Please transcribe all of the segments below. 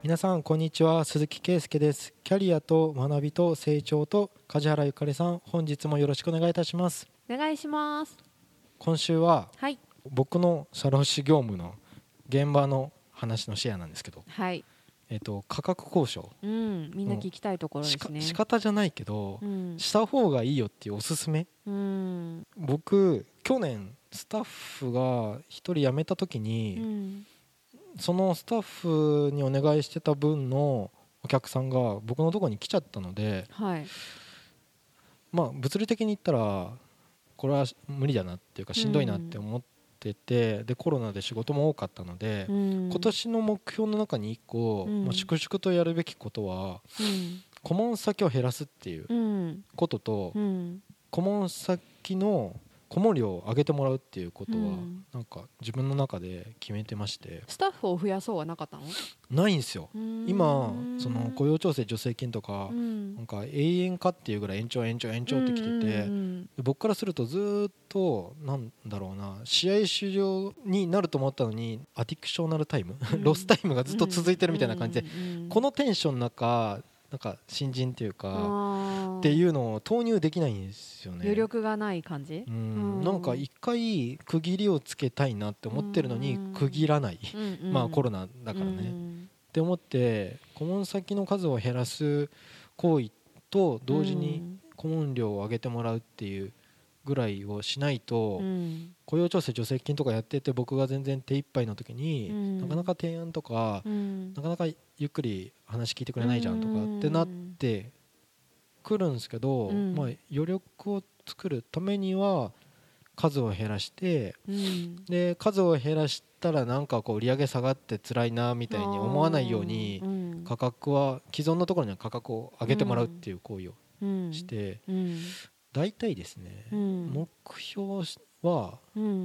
皆さんこんにちは、鈴木圭介です。キャリアと学びと成長と梶原ゆかりさん、本日もよろしくお願いいたします。 お願いします。 今週ははい。 僕の社労士業務の現場の話のシェアなんですけど、 はい。 価格交渉、 みんな聞きたいところですね。 仕方じゃないけど、 うん。 した方がいいよっていうおすすめ。僕去年スタッフが一人辞めた時に、そのスタッフにお願いしてた分のお客さんが僕のところに来ちゃったので、 はい。 まあ物理的に言ったらこれは無理だなっていうかしんどいなって思ってて、でコロナで仕事も多かったので、今年の目標の中に1個、粛々とやるべきことは、顧問先を減らすっていうことと、顧問先の顧問料を上げてもらうっていうことは、なんか自分の中で決めてまして。 スタッフを増やそうはなかったの？ ないんですよ。今その雇用調整助成金とか、なんか永遠かっていうぐらい延長ってきてて、僕からするとずっとなんだろうな、試合終了になると思ったのにアディクショナルタイムロスタイムがずっと続いてるみたいな感じで、このテンションの中なんか新人っていうかっていうのを投入できないんですよね。 余力がない感じ。 なんか一回区切りをつけたいなって思ってるのに区切らない、まあコロナだからねって思って、顧問先の数を減らす行為と同時に顧問料を上げてもらうっていうぐらいをしないと、雇用調整助成金とかやってて僕が全然手一杯の時に、なかなか提案とか、なかなかゆっくり話聞いてくれないじゃんとかってなってくるんですけど、まあ余力を作るためには数を減らして、で数を減らしたらなんかこう売り上げ下がって辛いなみたいに思わないように、価格は既存のところには価格を上げてもらうっていう行為をして、大体ですね、目標は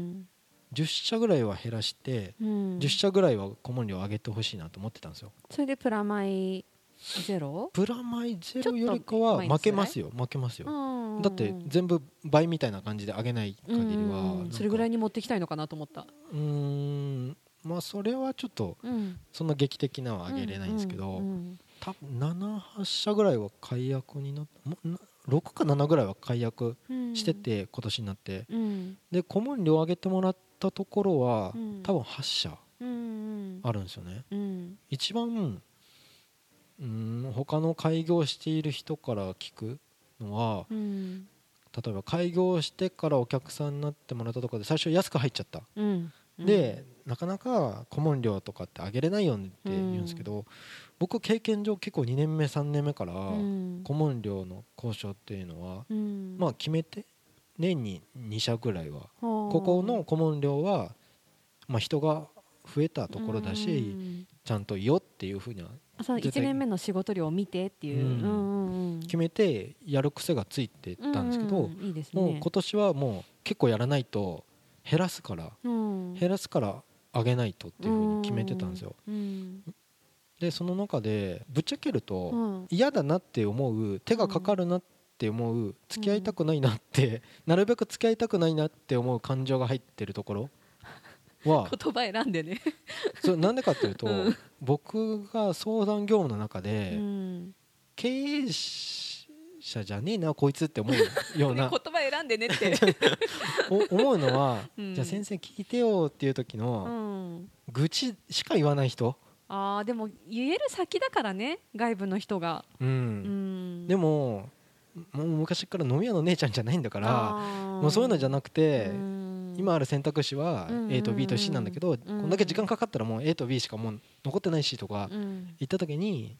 10社ぐらいは減らして、10社ぐらいは顧問料を上げてほしいなと思ってたんですよ。 それでプラマイゼロ？ プラマイゼロよりかは負けますよ。だって全部倍みたいな感じで上げない限りは、 それぐらいに持ってきたいのかなと思った。 まあそれはちょっとそんな劇的なは上げれないんですけど、多分7、8社ぐらいは解約になって6か7ぐらいは解約してて、今年になって、で顧問料上げてもらったところは多分8社あるんですよね。一番他の開業している人から聞くのは、例えば開業してからお客さんになってもらったところで最初安く入っちゃった、でなかなか顧問料とかって上げれないよねって言うんですけど、僕経験上結構2年目3年目から顧問料の交渉っていうのは、まあ決めて年に2社ぐらいはここの顧問料はまあ人が増えたところだしちゃんといいよっていうふうには 1年目の仕事量を見てっていう決めてやる癖がついてたんですけど、もう今年はもう結構やらないと減らすから上げないとっていうふうに決めてたんですよ。でその中でぶっちゃけると嫌だなって思う、手がかかるなって思う、付き合いたくないなってなるべく付き合いたくないなって思う感情が入ってるところは言葉選んでねそれなんでかっていうと、僕が相談業務の中で経営者じゃねえなこいつって思うような言葉選んでねって思うのは、じゃあ先生聞いてよっていう時の愚痴しか言わない人。 でも言える先だからね、外部の人が。 でもう昔から飲み屋の姉ちゃんじゃないんだから、もうそういうのじゃなくて、今ある選択肢は A と B と C なんだけど、こんだけ時間かかったらもう A と B しかもう残ってないしとか言った時に、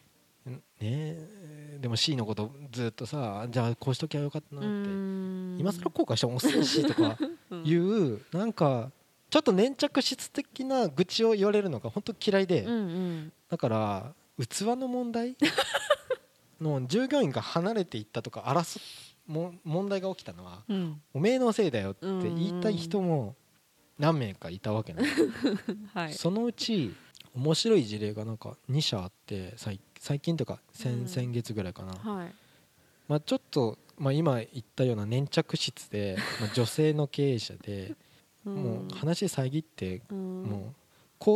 でも C のことずっとさ、じゃあこうしときゃよかったなって今更後悔しても遅いしとかいうなんかちょっと粘着質的な愚痴を言われるのが本当嫌いで、だから器の問題の従業員が離れていったとか争問題が起きたのは、おめえのせいだよって言いたい人も何名かいたわけなんです、そのうち面白い事例がなんか2社あって、最近とか先月ぐらいかな、まあ、ちょっと、まあ、今言ったような粘着質で、まあ、女性の経営者でもう話遮って、もうこう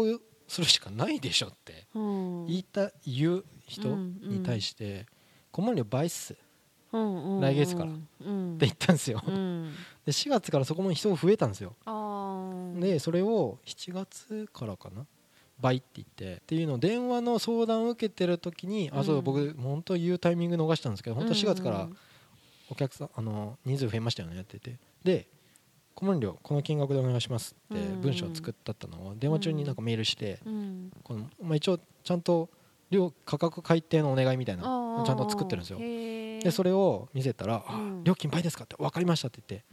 するしかないでしょって言う人に対して、顧問料倍っす、来月からって言ったんですよ。で4月からそこも人増えたんですよ。でそれを7月からかな、倍って言ってっていうのを電話の相談を受けてる時に、そう僕本当言うタイミング逃したんですけど、本当4月からお客さん人数増えましたよねって言って、で顧問料この金額でお願いしますって文章を作ったのを電話中になんかメールして、この一応ちゃんと価格改定のお願いみたいなちゃんと作ってるんですよ。でそれを見せたら、料金倍ですかって分かりましたって言って、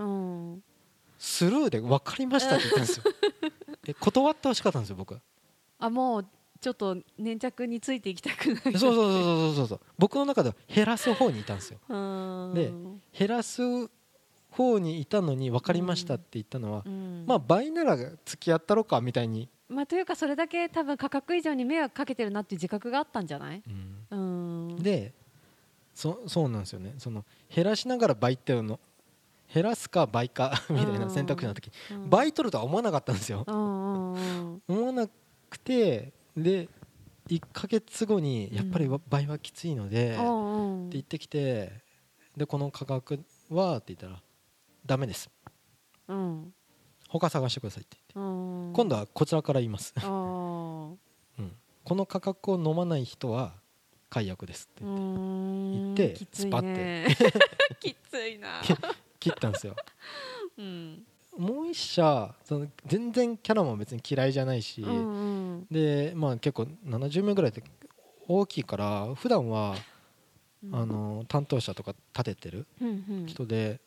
スルーで分かりましたって言ったんですよ。で断ってほしかったんですよ僕。 もうちょっと粘着についていきたくない。 そう僕の中では減らす方にいたんですよ。で減らす方にいたのに分かりましたって言ったのは、まあ倍なら付き合ったろかみたいに、 というかそれだけ多分価格以上に迷惑かけてるなっていう自覚があったんじゃない？ でそうなんですよね。その減らしながら倍っていうの、減らすか倍かみたいな選択肢の時、倍取るとは思わなかったんですよ。思わなくて、で1ヶ月後にやっぱり倍はきついのでって言ってきて、でこの価格はって言ったらダメです、他探してくださいって言って、今度はこちらから言いますこの価格を飲まない人は解約ですって言ってスパってきついな切ったんですよ。もう一社全然キャラも別に嫌いじゃないし、で結構70名ぐらいで大きいから普段は担当者とか立ててる人で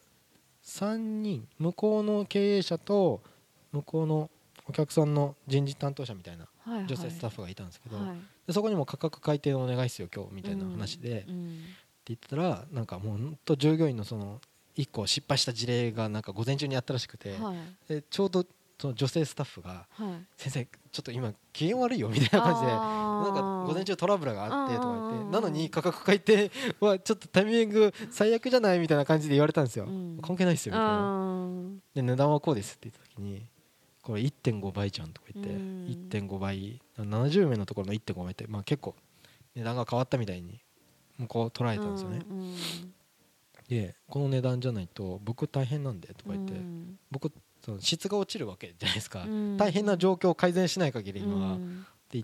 3人、向こうの経営者と向こうのお客さんの人事担当者みたいな女性スタッフがいたんですけど、でそこにも価格改定のお願いっすよ今日みたいな話でって言ったら、なんかもう本当従業員のその1個失敗した事例がなんか午前中にあったらしくて、でちょうどその女性スタッフが先生ちょっと今機嫌悪いよみたいな感じで、なんか午前中トラブルがあってとか言って、なのに価格改定はちょっとタイミング最悪じゃないみたいな感じで言われたんですよ。関係ないですよみたいな。で値段はこうですって言った時に、これ 1.5 倍じゃんとか言って、1.5 倍70名のところの 1.5 倍って結構値段が変わったみたいに向こう捉えたんですよね。でこの値段じゃないと僕大変なんでとか言って、僕その質が落ちるわけじゃないですか、大変な状況を改善しない限り今はって言って、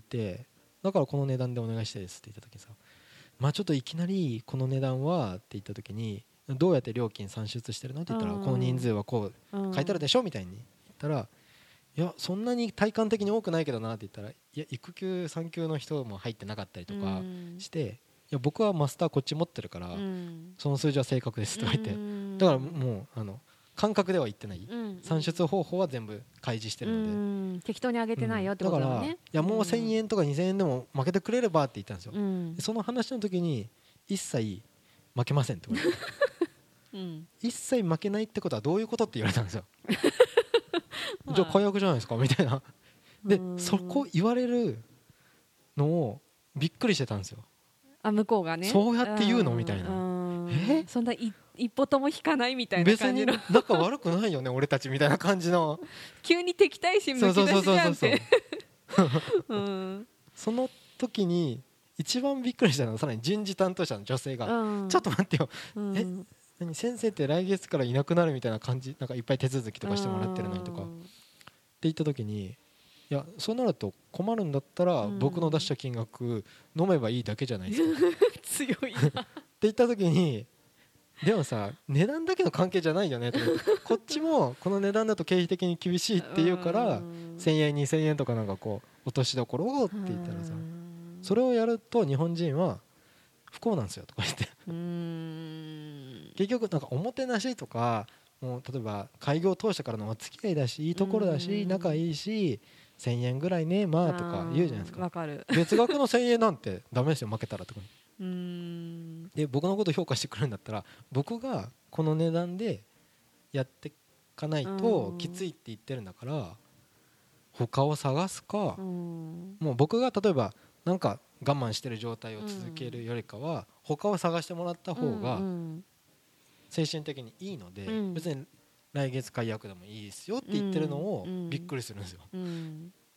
だからこの値段でお願いしたいですって言った時にさ、ちょっといきなりこの値段はって言った時に、どうやって料金算出してるのって言ったら、この人数はこう書いてあるでしょみたいに言ったら、いやそんなに体感的に多くないけどなって言ったら、いや育休産休の人も入ってなかったりとかして、いや僕はマスターこっち持ってるから、その数字は正確ですとか言って、だからもう感覚では言ってない、算出方法は全部開示してるので、 適当に上げてないよってことだね。 だからいやもう1000円とか2000円でも負けてくれればって言ったんですよ。その話の時に一切負けませんって言われて一切負けないってことはどういうことって言われたんですよじゃあ解約じゃないですかみたいな。でそこ言われるのをびっくりしてたんですよ。 向こうがね、 そうやって言うのみたいな、 そんな一歩とも引かないみたいな感じの、 別に仲悪くないよね俺たちみたいな感じの急に敵対心むき出しじゃんってその時に一番びっくりしたのは、さらに人事担当者の女性が、ちょっと待ってよ、何先生って来月からいなくなるみたいな感じ、なんかいっぱい手続きとかしてもらってるのにとかって言った時に、いやそうなると困るんだったら僕の出した金額飲めばいいだけじゃないですか強いなって言った時に、でもさ値段だけの関係じゃないよねとこっちもこの値段だと経費的に厳しいって言うから1000円2000円とかなんかこう落としどころをって言ったらさ、それをやると日本人は不幸なんですよとか言って結局なんかおもてなしとか、もう例えば開業当初からのお付き合いだしいいところだし仲いいし1000円ぐらいねとか言うじゃないですか。 わかる。 月額の1000円なんてダメですよ負けたらとか。で僕のこと評価してくるんだったら、僕がこの値段でやっていかないときついって言ってるんだから他を探すか、もう僕が例えばなんか我慢してる状態を続けるよりかは他を探してもらった方が精神的にいいので、別に来月解約でもいいですよって言ってるのをびっくりするんですよ。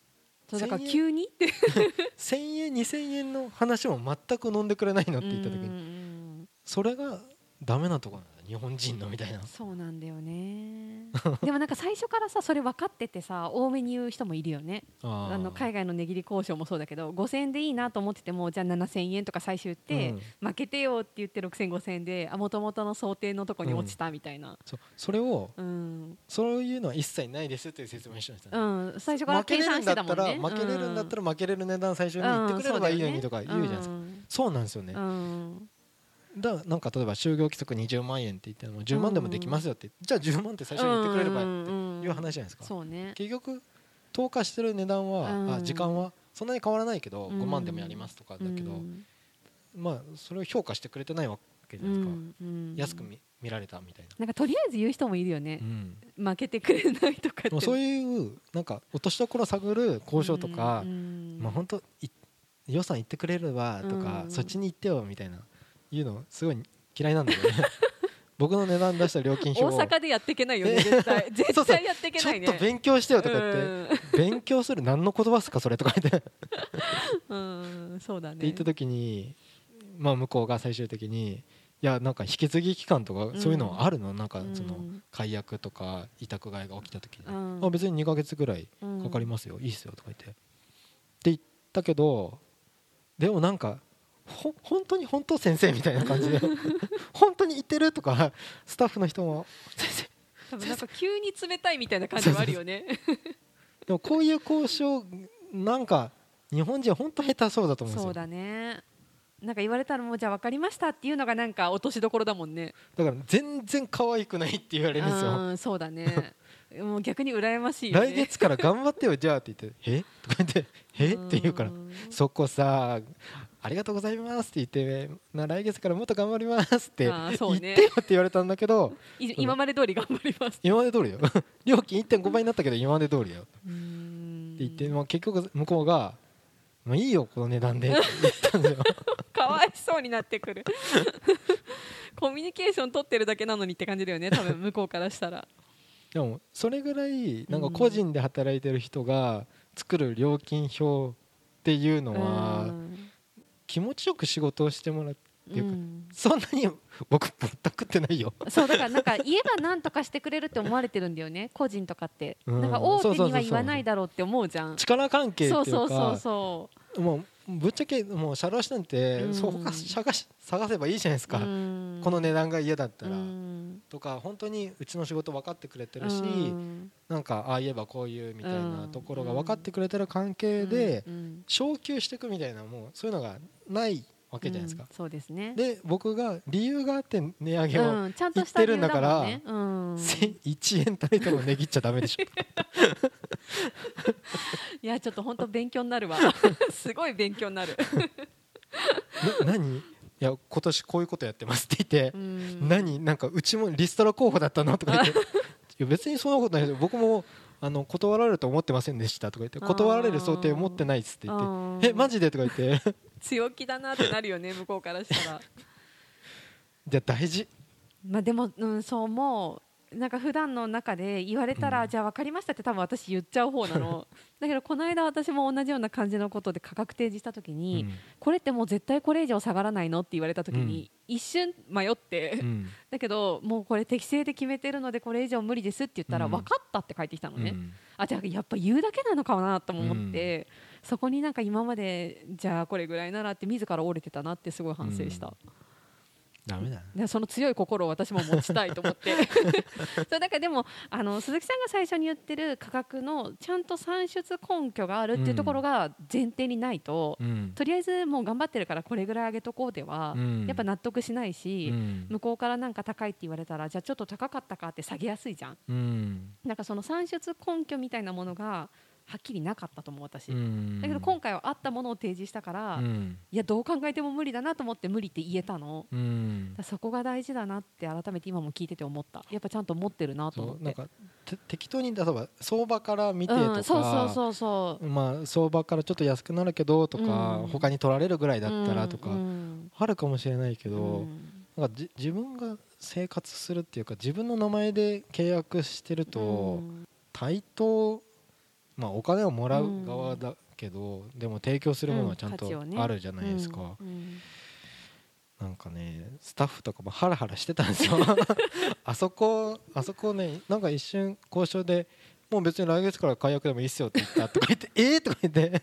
そうだから急にって 1000円2000円の話も全く飲んでくれないのって言った時に、それがダメなところなんだ日本人のみたいな。 そうなんだよねでもなんか最初からさそれ分かっててさ多めに言う人もいるよね。海外の値切り交渉もそうだけど5000円でいいなと思っててもじゃあ7000円とか最終言って、負けてよって言って6000、5000円でもともとの想定のとこに落ちたみたいな、 それを、そういうのは一切ないですっていう説明してましたね、 最初から計算してたもんね。 負けれるんだったら負けれる値段最初に言ってくれればいいのにとか言うじゃないですか、そうなんですよね、なんか例えば就業規則20万円って言っても10万でもできますよって、じゃあ10万って最初に言ってくれればっていう話じゃないですか。 そうね、 結局投下してる値段は、時間はそんなに変わらないけど5万でもやりますとかだけど、まあそれを評価してくれてないわけじゃないですか、安く見られたみたいな。 なんかとりあえず言う人もいるよね、負けてくれないとかって。 そういうなんか落としどころ探る交渉とか、まあ本当予算言ってくれればとか、そっちに行ってよみたいないうのすごい嫌いなんだよね僕の値段出した料金表を大阪でやっていけないよね絶対絶対やっていけないね。 ちょっと勉強してよとか言って、勉強する何の言葉っすかそれとか言ってそうだねって言った時に、まあ向こうが最終的にいやなんか引き継ぎ期間とかそういうのあるの、なんかその解約とか委託買いが起きた時に、別に2ヶ月ぐらいかかりますよ、いいっすよとか言って言ったけど、でもなんか本当先生みたいな感じで本当に言ってるとかスタッフの人も先生多分なんか急に冷たいみたいな感じはあるよねでもこういう交渉なんか日本人は本当下手そうだと思うんですよ。 そうだね、なんか言われたらもうじゃあ分かりましたっていうのがなんか落としどころだもんね。 だから全然可愛くないって言われるんですよ。 そうだねもう逆に羨ましいよね。 来月から頑張ってよじゃあって言ってえとか言ってえって言うから、そこさありがとうございますって言って来月からもっと頑張りますって言ってよって言われたんだけど、 今まで通り頑張ります今まで通りよ料金 1.5 倍になったけど今まで通りよって言って、まあ、結局向こうがもういいよこの値段でって言ったんですよかわいそうになってくるコミュニケーション取ってるだけなのにって感じだよね多分向こうからしたらでもそれぐらいなんか個人で働いてる人が作る料金表っていうのは気持ちよく仕事をしてもらうっていうか、そんなに僕ぼったくってないよそうだからなんか言えば何とかしてくれるって思われてるんだよね個人とかって、なんか大手には言わないだろうって思うじゃん。 力関係っていうか、 そうもうぶっちゃけもう社労士なんて他探せばいいじゃないですか、この値段が嫌だったらとか、本当にうちの仕事分かってくれてるし、なんかああ言えばこういうみたいなところが分かってくれてる関係で昇給していくみたいな、もうそういうのがないわけじゃないですか。 そうですね。で僕が理由があって値上げを言ってるんだから、1円単位とも値切っちゃダメでしょいやちょっと本当勉強になるわすごい勉強になる何いや今年こういうことやってますって言って、なんかうちもリストラ候補だったのとか言っていや別にそんなことないですよ、僕も断られると思ってませんでしたとか言って、断られる想定を持ってないっすって言って、マジでとか言って強気だなってなるよね向こうからしたらじゃあ大事、 まあでも、そう思う。なんか普段の中で言われたら、じゃあ分かりましたって多分私言っちゃう方なのだけどこの間私も同じような感じのことで価格提示した時に、これってもう絶対これ以上下がらないのって言われた時に、一瞬迷って、だけどもうこれ適正で決めてるのでこれ以上無理ですって言ったら、分かったって返ってきたのね、じゃあやっぱ言うだけなのかなと思って、そこになんか今までじゃあこれぐらいならって自ら折れてたなってすごい反省した、 ダメだ、 その強い心を私も持ちたいと思ってそうだからでも鈴木さんが最初に言ってる価格のちゃんと算出根拠があるっていうところが前提にないと、とりあえずもう頑張ってるからこれぐらい上げとこうでは、やっぱ納得しないし、向こうからなんか高いって言われたらじゃあちょっと高かったかって下げやすいじゃん、なんかその算出根拠みたいなものがはっきりなかったと思う私、だけど今回はあったものを提示したから、いやどう考えても無理だなと思って無理って言えたの、そこが大事だなって改めて今も聞いてて思った。やっぱちゃんと持ってるなと思って、 なんか適当に例えば相場から見てとか、まあ相場からちょっと安くなるけどとか、他に取られるぐらいだったらとか、あるかもしれないけど、なんか自分が生活するっていうか自分の名前で契約してると、対等まあお金をもらう側だけど、でも提供するものはちゃんとあるじゃないですか。なんかねスタッフとかもハラハラしてたんですよあそこね、なんか一瞬交渉でもう別に来月から解約でもいいっすよって言ったとか言ってとか言って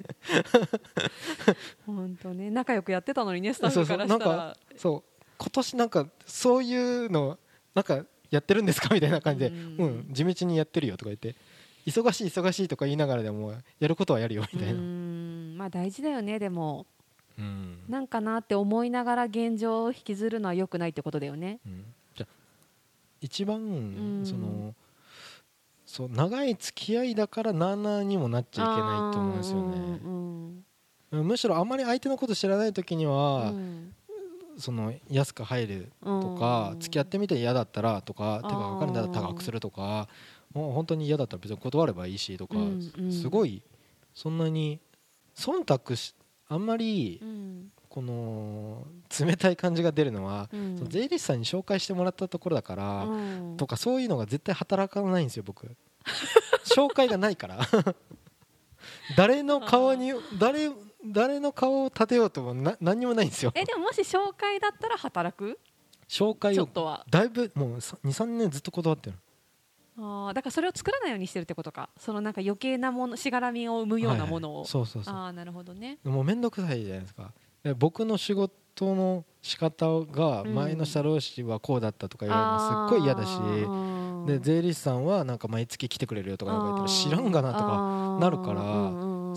本当ね、仲良くやってたのにね、スタッフからしたら。 そう今年なんかそういうのなんかやってるんですかみたいな感じで、地道にやってるよとか言って、忙しいとか言いながらでもやることはやるよみたいな。 まあ大事だよね。でもなんかなって思いながら現状を引きずるのは良くないってことだよね。 じゃ一番そう長い付き合いだからなあなあにもなっちゃいけないと思うんですよね。むしろあんまり相手のこと知らない時には、その安く入るとか、付き合ってみて嫌だったらとか、手がかかるんだったら高くするとか、もう本当に嫌だったら別に断ればいいしとか、すごいそんなに忖度あんまりこの冷たい感じが出るのは、その税理士さんに紹介してもらったところだから、とかそういうのが絶対働かないんですよ僕紹介がないから誰の顔を立てようとも何にもないんですよ。 でももし紹介だったら働く？ 紹介をだいぶもう 2,3 年ずっと断ってる。 だからそれを作らないようにしてるってことか。そのなんか余計なもの、しがらみを生むようなものを。 そうなるほどね。 もうめんどくさいじゃないですか。僕の仕事の仕方が前の社労士はこうだったとか言われるのすっごい嫌だし、で税理士さんはなんか毎月来てくれるよとか言ったら知らんがなとかなるから、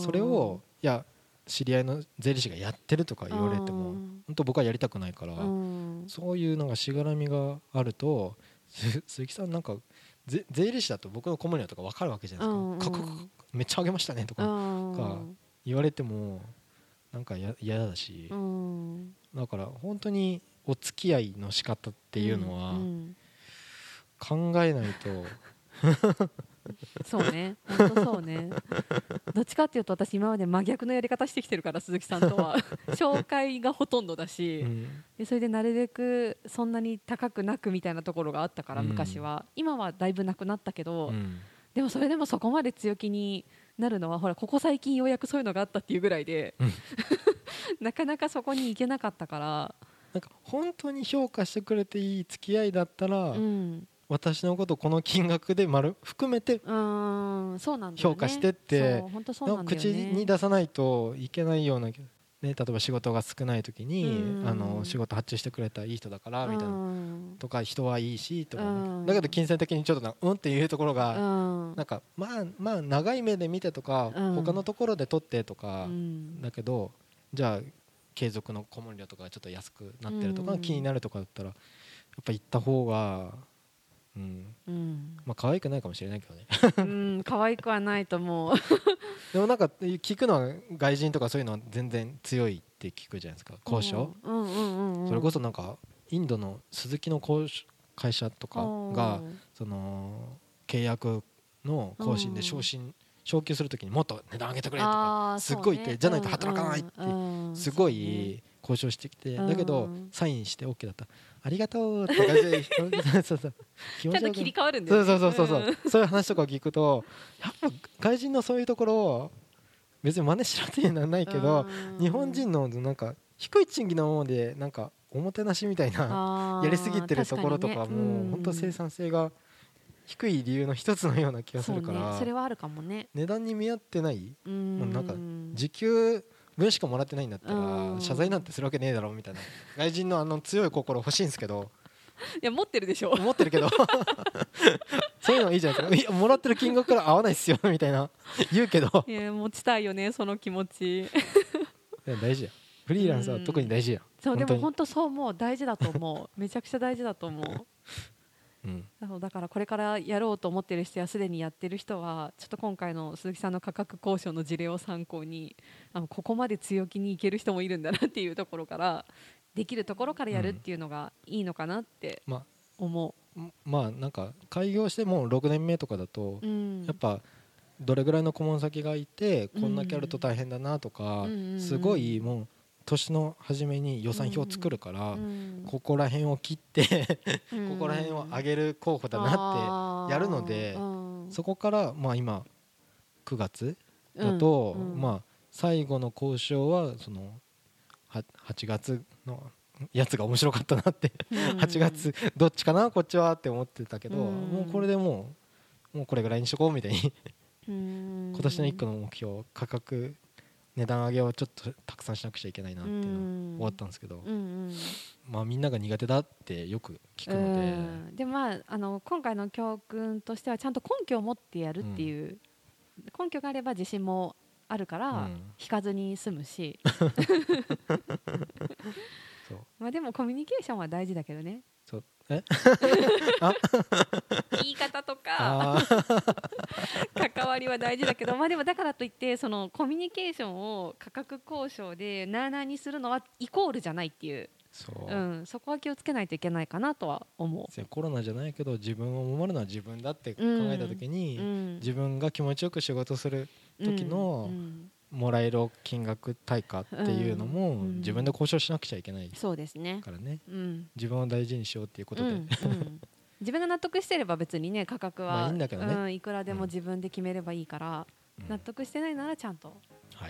それをいや知り合いの税理士がやってるとか言われても本当僕はやりたくないから、そういうのがしがらみがあると、鈴木さんなんか税理士だと僕のコムニアとか分かるわけじゃないですか。価格めっちゃ上げましたねとか言われてもなんか嫌だし、だから本当にお付き合いの仕方っていうのは考えないとそうね、本当そうねどっちかっていうと私今まで真逆のやり方してきてるから、鈴木さんとは紹介がほとんどだし、でそれでなるべくそんなに高くなくみたいなところがあったから昔は、今はだいぶなくなったけど、でもそれでもそこまで強気になるのはほらここ最近ようやくそういうのがあったっていうぐらいでなかなかそこに行けなかったから、 なんか本当に評価してくれていい付き合いだったら、私のことこの金額で含めて評価してって口に出さないといけないような、例えば仕事が少ない時に仕事発注してくれたいい人だからみたいなとか、人はいいしとか、だけど金銭的にちょっとっていうところがなんかまあ長い目で見てとか他のところで取ってとかだけど、じゃあ継続の顧問料とかがちょっと安くなってるとか気になるとかだったらやっぱ行った方がまあ可愛くないかもしれないけどね可愛くはないと思うでもなんか聞くのは外人とかそういうのは全然強いって聞くじゃないですか、交渉。それこそなんかインドの鈴木の会社とかがその契約の更新で昇給するときにもっと値段上げてくれとかすっごい言って、じゃないと働かないってすごい交渉してきて、だけどサインして OK だったらありがとうって感じでちゃんと切り替わるんだよね。 そういう話とかを聞くと、やっぱ外人のそういうところを別に真似しろっていうのはないけど、日本人のなんか低い賃金のままでなんかおもてなしみたいなやりすぎてるところとかも本当生産性が低い理由の一つのような気がするから、 それはあるかもね。 値段に見合ってない、もうなんか時給分しかもらってないんだったら謝罪なんてするわけねえだろみたいな、外人の強い心欲しいんですけどいや持ってるでしょ、 持ってるけどそういうのいいじゃないですか、いやもらってる金額から合わないっすよみたいな言うけど、 いや持ちたいよねその気持ち大事や、フリーランスは特に大事や。 そうでも本当そう思う、大事だと思うめちゃくちゃ大事だと思うだからこれからやろうと思ってる人やすでにやってる人はちょっと今回の鈴木さんの価格交渉の事例を参考にここまで強気にいける人もいるんだなっていうところからできるところからやるっていうのがいいのかなって思う。 まあなんか開業してもう6年目とかだとやっぱどれぐらいの顧問先がいてこんだけあると大変だなとか、すごいもう年の初めに予算表を作るから、ここら辺を切ってここら辺を上げる候補だなってやるので、そこからまあ今 9月だと、 うんうん、 まあ最後の交渉はその8月のやつが面白かったなって8月どっちかなこっちはって思ってたけど、もうこれでもうこれぐらいにしとこうみたいに今年の1個の目標、価格値段上げをちょっとたくさんしなくちゃいけないなっていうの終わったんですけど、まあみんなが苦手だってよく聞くので、 でまあ今回の教訓としてはちゃんと根拠を持ってやるっていう、根拠があれば自信もあるから引かずに済むしそうまあでもコミュニケーションは大事だけどね。 そう言い方とか関わりは大事だけど、まあでもだからといってそのコミュニケーションを価格交渉でなあなあにするのはイコールじゃないっていう、そこは気をつけないといけないかなとは思う。 コロナじゃないけど自分を守るのは自分だって考えた時に、自分が気持ちよく仕事する時のもらえる金額対価っていうのも自分で交渉しなくちゃいけないからね。 そうですね、 自分を大事にしようっていうことで、 自分が納得してれば別にね価格は、 いいんだけどね、 いくらでも自分で決めればいいから、納得してないならちゃんと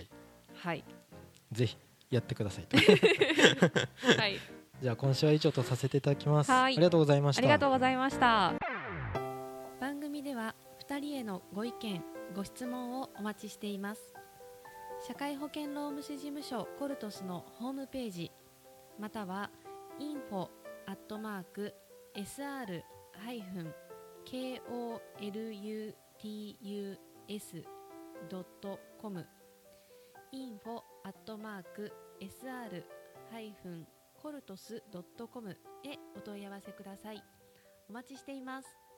ぜひやってくださいはい、 じゃあ今週は以上とさせていただきます。ありがとうございました。 ありがとうございました。番組では2人へのご意見ご質問をお待ちしています。社会保険労務士事務所コルトスのホームページまたは info@sr-koluts.com info@sr-coltos.com へお問い合わせください。お待ちしています。